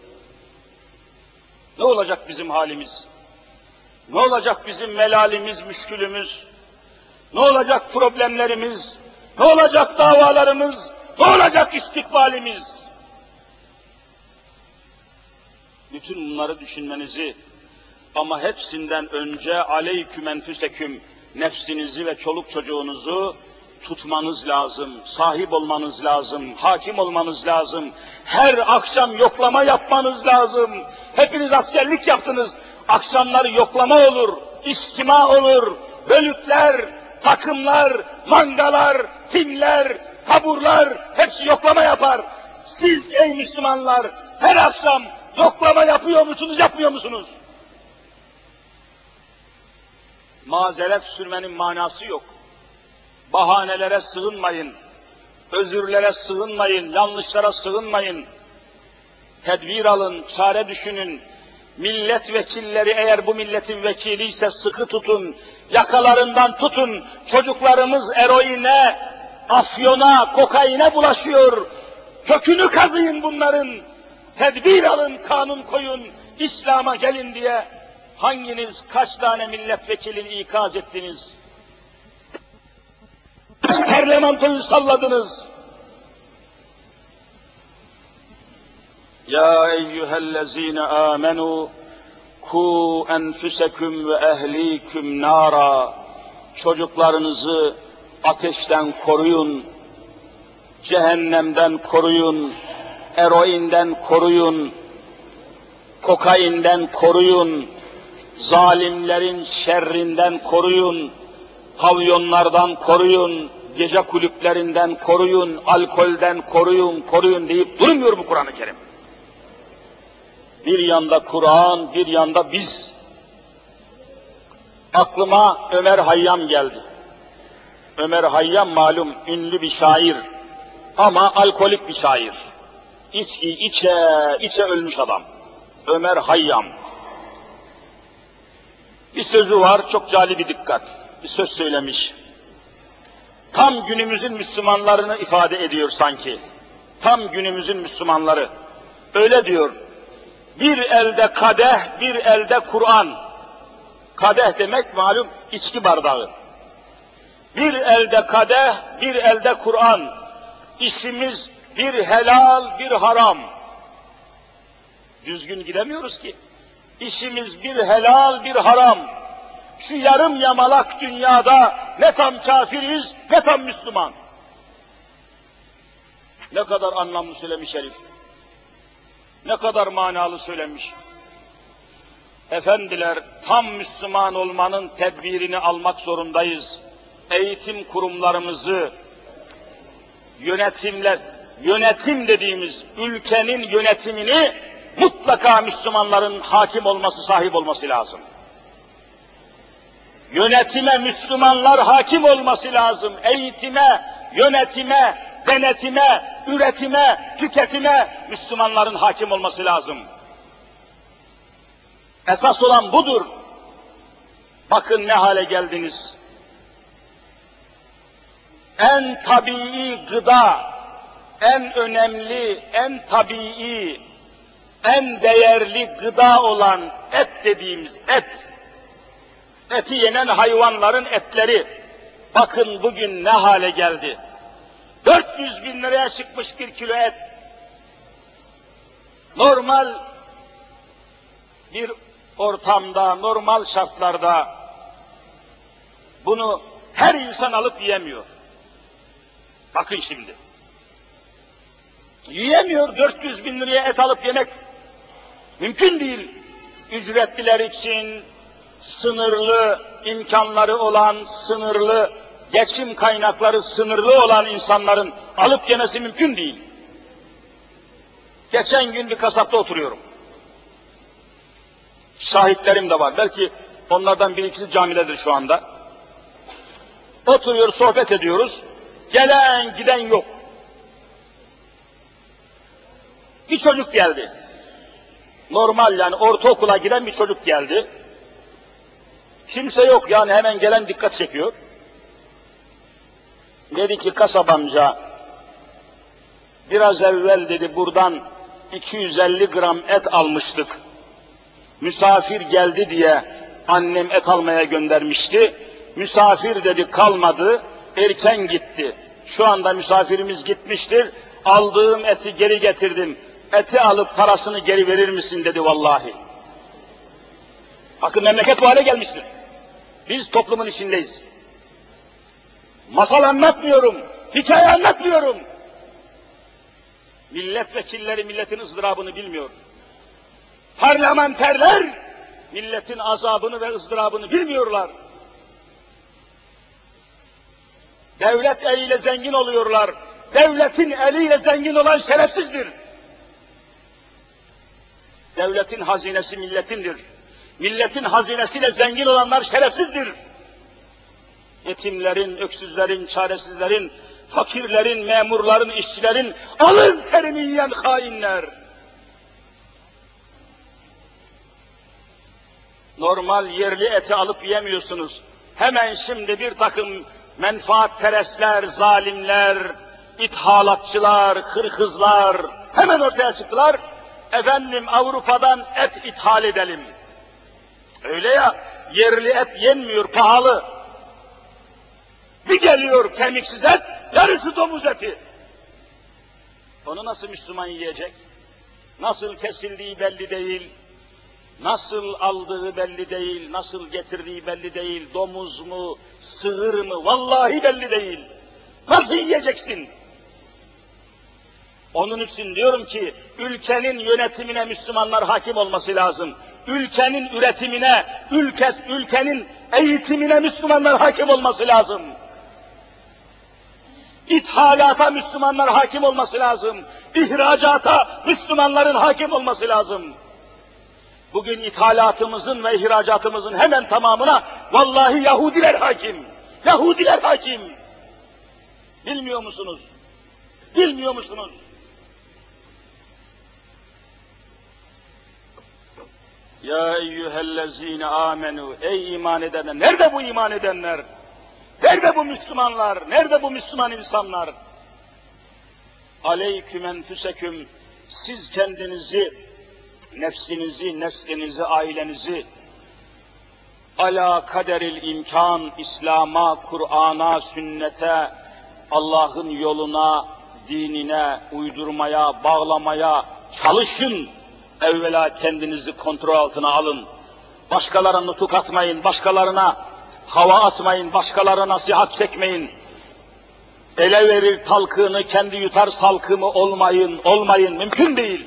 Ne olacak bizim halimiz? Ne olacak bizim melalimiz, müşkülümüz? Ne olacak problemlerimiz? Ne olacak davalarımız? Ne olacak istikbalimiz? Bütün bunları düşünmenizi, ama hepsinden önce aleyküm enfüseküm, nefsinizi ve çoluk çocuğunuzu tutmanız lazım, sahip olmanız lazım, hakim olmanız lazım. Her akşam yoklama yapmanız lazım. Hepiniz askerlik yaptınız, akşamları yoklama olur, istima olur, bölükler, takımlar, mangalar, timler, taburlar, hepsi yoklama yapar. Siz ey Müslümanlar her akşam yoklama yapıyor musunuz, yapmıyor musunuz? Mazeret sürmenin manası yok. Bahanelere sığınmayın, özürlere sığınmayın, yanlışlara sığınmayın. Tedbir alın, çare düşünün. Milletvekilleri eğer bu milletin vekiliyse sıkı tutun, yakalarından tutun. Çocuklarımız eroine, afyona, kokaine bulaşıyor. Kökünü kazıyın bunların. Tedbir alın, kanun koyun, İslam'a gelin diye. Hanginiz kaç tane milletvekilini ikaz ettiniz? Parlamentoyu salladınız. Ya eyyühellezine amenu ku enfüseküm ve ehliküm nara. Çocuklarınızı ateşten koruyun, cehennemden koruyun, eroinden koruyun, kokainden koruyun, zalimlerin şerrinden koruyun, pavyonlardan koruyun, gece kulüplerinden koruyun, alkolden koruyun, koruyun deyip durmuyor bu Kur'an-ı Kerim. Bir yanda Kur'an, bir yanda biz. Aklıma Ömer Hayyam geldi. Ömer Hayyam malum ünlü bir şair ama alkolik bir şair. İçki içe içe ölmüş adam. Ömer Hayyam. Bir sözü var, çok cali bir dikkat. Bir söz söylemiş. Tam günümüzün Müslümanlarını ifade ediyor sanki. Tam günümüzün Müslümanları. Öyle diyor. Bir elde kadeh, bir elde Kur'an. Kadeh demek malum içki bardağı. Bir elde kadeh, bir elde Kur'an. İşimiz bir helal, bir haram. Düzgün gidemiyoruz ki. İşimiz bir helal, bir haram. Şu yarım yamalak dünyada ne tam kafiriz, ne tam Müslüman. Ne kadar anlamlı söylemiş herif. Ne kadar manalı söylemiş. Efendiler, tam Müslüman olmanın tedbirini almak zorundayız. Eğitim kurumlarımızı, yönetimler, yönetim dediğimiz ülkenin yönetimini mutlaka Müslümanların hakim olması, sahip olması lazım. Yönetime Müslümanlar hakim olması lazım. Eğitime, yönetime, denetime, üretime, tüketime Müslümanların hakim olması lazım. Esas olan budur. Bakın ne hale geldiniz. En tabii gıda, en önemli, en tabii, en değerli gıda olan et dediğimiz et, eti yenen hayvanların etleri, bakın bugün ne hale geldi. dört yüz bin liraya çıkmış bir kilo et. Normal bir ortamda, normal şartlarda bunu her insan alıp yiyemiyor. Bakın şimdi. Yiyemiyor, dört yüz bin liraya et alıp yemek mümkün değil. Ücretliler için sınırlı imkanları olan, sınırlı geçim kaynakları sınırlı olan insanların alıp yemesi mümkün değil. Geçen gün bir kasapta oturuyorum. Şahitlerim de var. Belki onlardan bir ikisi camidedir şu anda. Oturuyor, sohbet ediyoruz. Gelen giden yok. Bir çocuk geldi. Normal yani ortaokula giden bir çocuk geldi. Kimse yok yani hemen gelen dikkat çekiyor. Dedi ki kasap amca, biraz evvel dedi buradan iki yüz elli gram et almıştık. Misafir geldi diye annem et almaya göndermişti. Misafir dedi kalmadı, erken gitti. Şu anda misafirimiz gitmiştir, aldığım eti geri getirdim. Eti alıp parasını geri verir misin dedi vallahi. Bakın memleket bu hale gelmiştir. Biz toplumun içindeyiz. Masal anlatmıyorum, hikaye anlatmıyorum. Milletvekilleri milletin ızdırabını bilmiyor. Parlamenterler milletin azabını ve ızdırabını bilmiyorlar. Devlet eliyle zengin oluyorlar. Devletin eliyle zengin olan şerefsizdir. Devletin hazinesi milletindir. Milletin hazinesiyle zengin olanlar şerefsizdir. Yetimlerin, öksüzlerin, çaresizlerin, fakirlerin, memurların, işçilerin alın terini yiyen hainler. Normal yerli eti alıp yiyemiyorsunuz. Hemen şimdi bir takım menfaatperestler, zalimler, ithalatçılar, hırkızlar hemen ortaya çıktılar. Efendim Avrupa'dan et ithal edelim. Öyle ya, yerli et yenmiyor, pahalı. Bir geliyor kemiksiz et, yarısı domuz eti. Onu nasıl Müslüman yiyecek? Nasıl kesildiği belli değil, nasıl aldığı belli değil, nasıl getirdiği belli değil, domuz mu, sığır mı, vallahi belli değil. Nasıl yiyeceksin? Onun için diyorum ki, ülkenin yönetimine Müslümanlar hakim olması lazım. Ülkenin üretimine, ülke, ülkenin eğitimine Müslümanlar hakim olması lazım. İthalata Müslümanlar hakim olması lazım. İhracata Müslümanların hakim olması lazım. Bugün ithalatımızın ve ihracatımızın hemen tamamına vallahi Yahudiler hakim. Yahudiler hakim. Bilmiyor musunuz? Bilmiyor musunuz? Ya eyyühellezine amenu, ey iman edenler, nerede bu iman edenler? Nerede bu Müslümanlar? Nerede bu Müslüman insanlar? Aleyküm enfüseküm, siz kendinizi, nefsinizi, neslinizi, ailenizi ala kaderil imkan, İslam'a, Kur'an'a, sünnete, Allah'ın yoluna, dinine uydurmaya, bağlamaya çalışın. Evvela kendinizi kontrol altına alın. Başkalarına nutuk atmayın, başkalarına hava atmayın, başkalarına nasihat çekmeyin. Ele verir talkını, kendi yutar salkımı olmayın, olmayın, mümkün değil.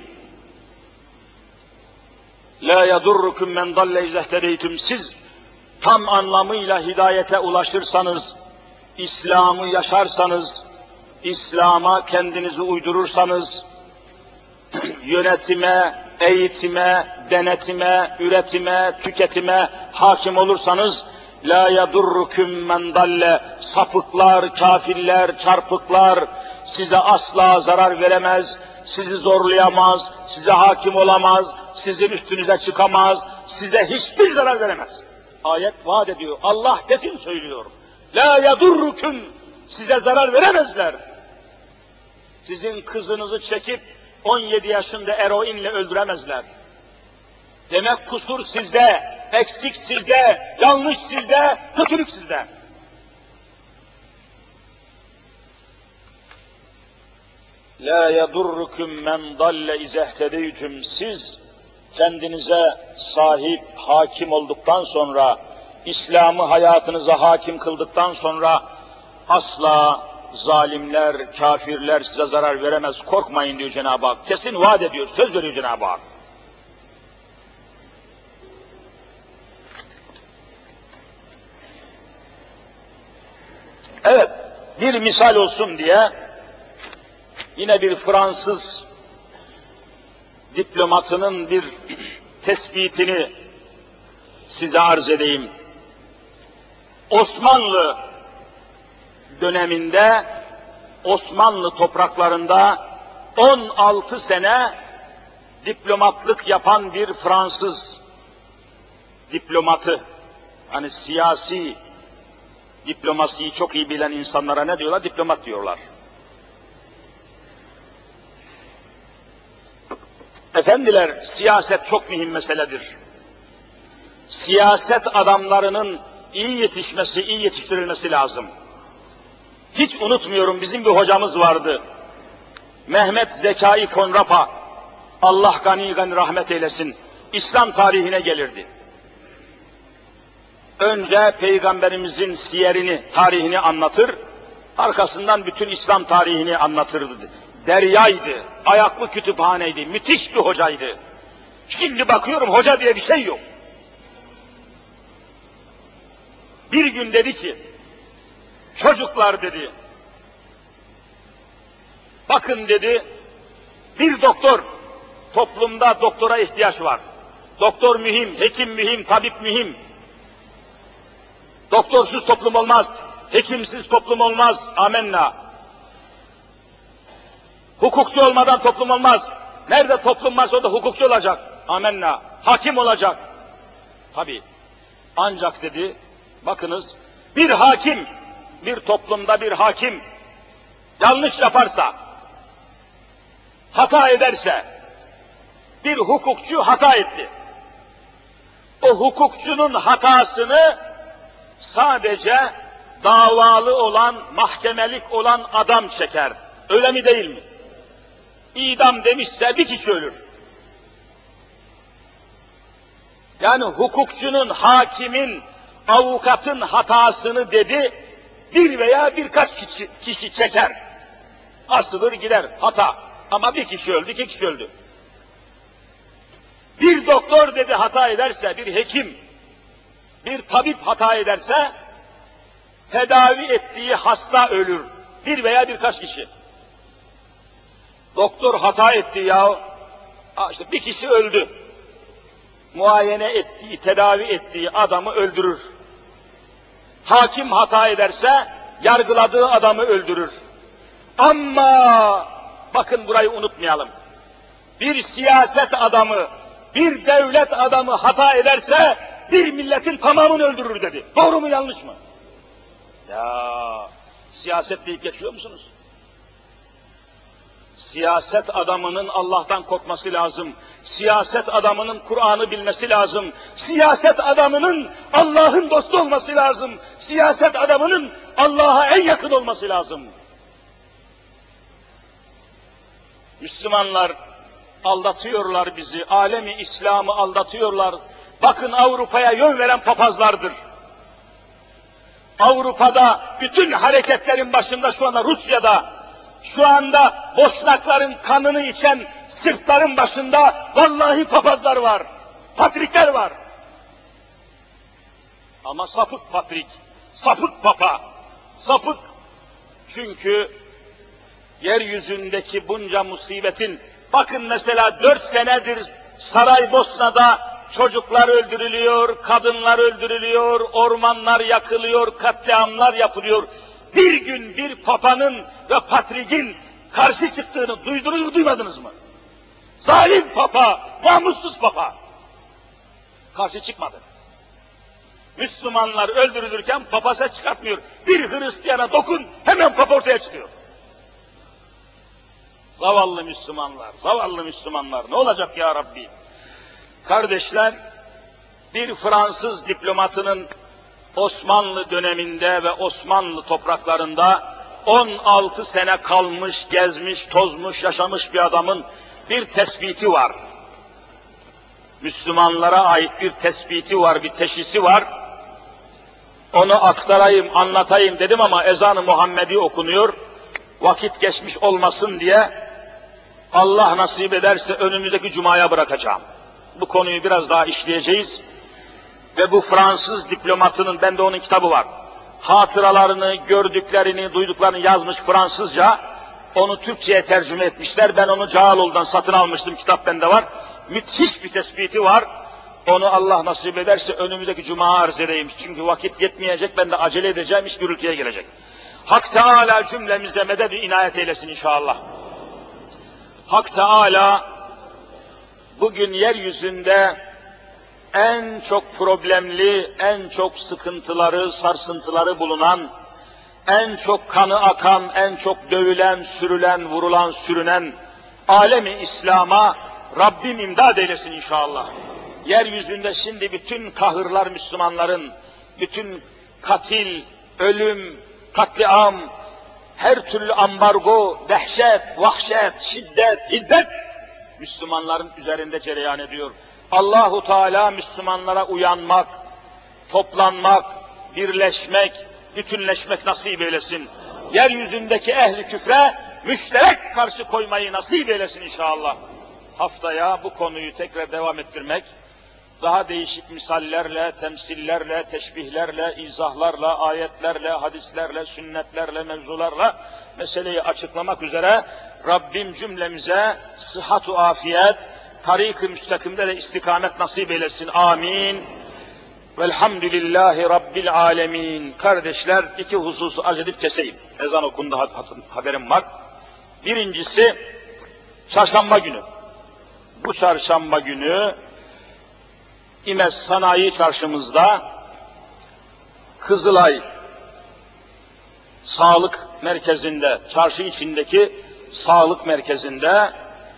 La yadurrukum men dalle izehtedeytüm. Siz tam anlamıyla hidayete ulaşırsanız, İslam'ı yaşarsanız, İslam'a kendinizi uydurursanız, yönetime, eğitime, denetime, üretime, tüketime hakim olursanız, la yadurrukum men dalle, sapıklar, kafirler, çarpıklar size asla zarar veremez, sizi zorlayamaz, size hakim olamaz, sizin üstünüze çıkamaz, size hiçbir zarar veremez. Ayet vaat ediyor, Allah kesin söylüyor. La yadurrukum, size zarar veremezler. Sizin kızınızı çekip on yedi yaşında eroinle öldüremezler. Demek kusur sizde, eksik sizde, yanlış sizde, kötülük sizde. La yadurrukum men dalle izehtedeytüm. Siz kendinize sahip, hakim olduktan sonra, İslam'ı hayatınıza hakim kıldıktan sonra asla zalimler, kafirler size zarar veremez. Korkmayın diyor Cenab-ı Hak. Kesin vaat ediyor, söz veriyor Cenab-ı Hak. Evet, bir misal olsun diye yine bir Fransız diplomatının bir tespitini size arz edeyim. Osmanlı döneminde, Osmanlı topraklarında on altı sene diplomatlık yapan bir Fransız diplomatı, hani siyasi diplomasiyi çok iyi bilen insanlara ne diyorlar? Diplomat diyorlar. Efendiler, siyaset çok mühim meseledir. Siyaset adamlarının iyi yetişmesi, iyi yetiştirilmesi lazım. Hiç unutmuyorum, bizim bir hocamız vardı. Mehmet Zekai Konrapa, Allah gani gani rahmet eylesin, İslam tarihine gelirdi. Önce Peygamberimizin siyerini, tarihini anlatır, arkasından bütün İslam tarihini anlatırdı. Deryaydı, ayaklı kütüphaneydi, müthiş bir hocaydı. Şimdi bakıyorum, hoca diye bir şey yok. Bir gün dedi ki, çocuklar dedi, bakın dedi, bir doktor, toplumda doktora ihtiyaç var. Doktor mühim, hekim mühim, tabip mühim. Doktorsuz toplum olmaz, hekimsiz toplum olmaz, amenna. Hukukçu olmadan toplum olmaz. Nerede toplum varsa orada hukukçu olacak, amenna. Hakim olacak. Tabii. Ancak dedi, bakınız, bir hakim, bir toplumda bir hakim yanlış yaparsa, hata ederse, bir hukukçu hata etti. O hukukçunun hatasını sadece davalı olan, mahkemelik olan adam çeker. Öyle mi değil mi? İdam demişse bir kişi ölür. Yani hukukçunun, hakimin, avukatın hatasını dedi, bir veya birkaç kişi, kişi çeker. Asılır gider, hata. Ama bir kişi öldü, iki kişi öldü. Bir doktor dedi hata ederse, bir hekim, bir tabip hata ederse, tedavi ettiği hasta ölür. Bir veya birkaç kişi. Doktor hata etti ya, işte bir kişi öldü. Muayene ettiği, tedavi ettiği adamı öldürür. Hakim hata ederse, yargıladığı adamı öldürür. Ama bakın burayı unutmayalım. Bir siyaset adamı, bir devlet adamı hata ederse bir milletin tamamını öldürür dedi. Doğru mu yanlış mı? Ya siyaset deyip geçiyor musunuz? Siyaset adamının Allah'tan korkması lazım. Siyaset adamının Kur'an'ı bilmesi lazım. Siyaset adamının Allah'ın dostu olması lazım. Siyaset adamının Allah'a en yakın olması lazım. Müslümanlar aldatıyorlar bizi, alemi İslam'ı aldatıyorlar. Bakın Avrupa'ya yön veren papazlardır. Avrupa'da bütün hareketlerin başında şu anda Rusya'da, şu anda Boşnakların kanını içen Sırpların başında vallahi papazlar var, patrikler var. Ama sapık patrik, sapık papa, sapık. Çünkü yeryüzündeki bunca musibetin, bakın mesela dört senedir Saraybosna'da çocuklar öldürülüyor, kadınlar öldürülüyor, ormanlar yakılıyor, katliamlar yapılıyor. Bir gün bir papanın ve patrikin karşı çıktığını duydunuz mu, duymadınız mı? Zalim papa, namussuz papa. Karşı çıkmadı. Müslümanlar öldürülürken papa ses çıkartmıyor. Bir Hristiyana dokun, hemen papa ortaya çıkıyor. Zavallı Müslümanlar, zavallı Müslümanlar, ne olacak ya Rabbi? Kardeşler, bir Fransız diplomatının Osmanlı döneminde ve Osmanlı topraklarında on altı sene kalmış, gezmiş, tozmuş, yaşamış bir adamın bir tespiti var. Müslümanlara ait bir tespiti var, bir teşhisi var. Onu aktarayım, anlatayım dedim ama ezan-ı Muhammedi okunuyor. Vakit geçmiş olmasın diye Allah nasip ederse önümüzdeki cumaya bırakacağım. Bu konuyu biraz daha işleyeceğiz. Ve bu Fransız diplomatının, bende onun kitabı var. Hatıralarını, gördüklerini, duyduklarını yazmış Fransızca. Onu Türkçe'ye tercüme etmişler. Ben onu Cağaloğlu'dan satın almıştım. Kitap bende var. Müthiş bir tespiti var. Onu Allah nasip ederse önümüzdeki cuma arz edeyim. Çünkü vakit yetmeyecek. Ben de acele edeceğim. İş gürültüye gelecek. Hak Teâlâ cümlemize meded-i inayet eylesin inşallah. Hak Teâlâ bugün yeryüzünde en çok problemli, en çok sıkıntıları, sarsıntıları bulunan, en çok kanı akan, en çok dövülen, sürülen, vurulan, sürünen alemi İslam'a Rabbim imdad eylesin inşallah. Yeryüzünde şimdi bütün kahırlar Müslümanların, bütün katil, ölüm, katliam, her türlü ambargo, dehşet, vahşet, şiddet, hiddet Müslümanların üzerinde cereyan ediyor. Allahu Teala Müslümanlara uyanmak, toplanmak, birleşmek, bütünleşmek nasip eylesin. Yeryüzündeki ehli küfre müşterek karşı koymayı nasip eylesin inşallah. Haftaya bu konuyu tekrar devam ettirmek, daha değişik misallerle, temsillerle, teşbihlerle, izahlarla, ayetlerle, hadislerle, sünnetlerle, mevzularla meseleyi açıklamak üzere Rabbim cümlemize sıhhat-u afiyet, tarik-i müstakimde de istikamet nasip eylesin. Amin. Velhamdülillahi Rabbil alemin. Kardeşler, iki hususu arz edip keseyim. Ezan okundu, haberim var. Birincisi, çarşamba günü. Bu çarşamba günü İmes Sanayi Çarşımızda Kızılay Sağlık Merkezi'nde, çarşı içindeki sağlık merkezinde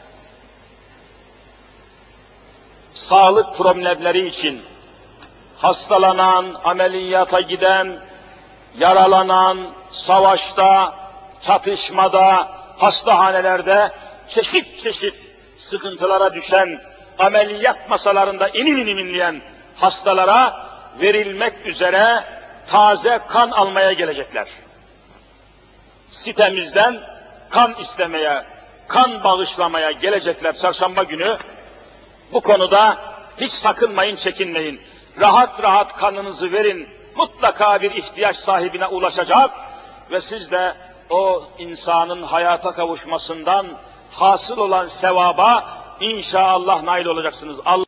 sağlık problemleri için hastalanan, ameliyata giden, yaralanan, savaşta, çatışmada, hastahanelerde çeşit çeşit sıkıntılara düşen, ameliyat masalarında inim inim inleyen hastalara verilmek üzere taze kan almaya gelecekler. Sitemizden kan istemeye, kan bağışlamaya gelecekler çarşamba günü. Bu konuda hiç sakınmayın, çekinmeyin. Rahat rahat kanınızı verin. Mutlaka bir ihtiyaç sahibine ulaşacak ve siz de o insanın hayata kavuşmasından hasıl olan sevaba inşallah nail olacaksınız. Allah